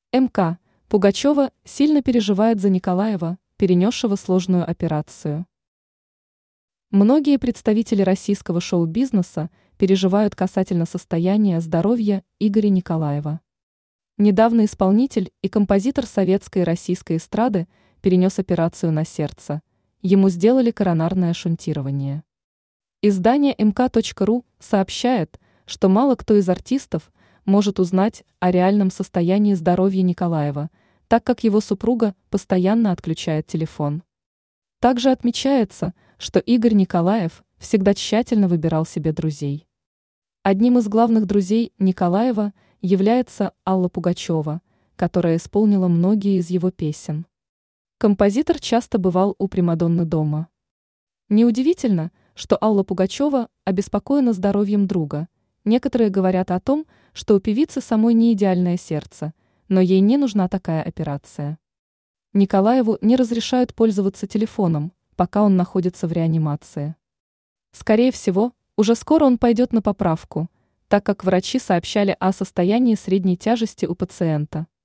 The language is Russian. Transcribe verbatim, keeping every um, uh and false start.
МК Пугачева сильно переживает за Николаева, перенесшего сложную операцию. Многие представители российского шоу-бизнеса переживают касательно состояния здоровья Игоря Николаева. Недавно исполнитель и композитор советской и российской эстрады перенес операцию на сердце. Ему сделали коронарное шунтирование. Издание эм ка точка ру сообщает, что мало кто из артистов может узнать о реальном состоянии здоровья Николаева, так как его супруга постоянно отключает телефон. Также отмечается, что Игорь Николаев всегда тщательно выбирал себе друзей. Одним из главных друзей Николаева является Алла Пугачева, которая исполнила многие из его песен. Композитор часто бывал у примадонны дома. Неудивительно, что Алла Пугачева обеспокоена здоровьем друга. Некоторые говорят о том, что у певицы самой не идеальное сердце, но ей не нужна такая операция. Николаеву не разрешают пользоваться телефоном, пока он находится в реанимации. Скорее всего, уже скоро он пойдет на поправку, так как врачи сообщали о состоянии средней тяжести у пациента.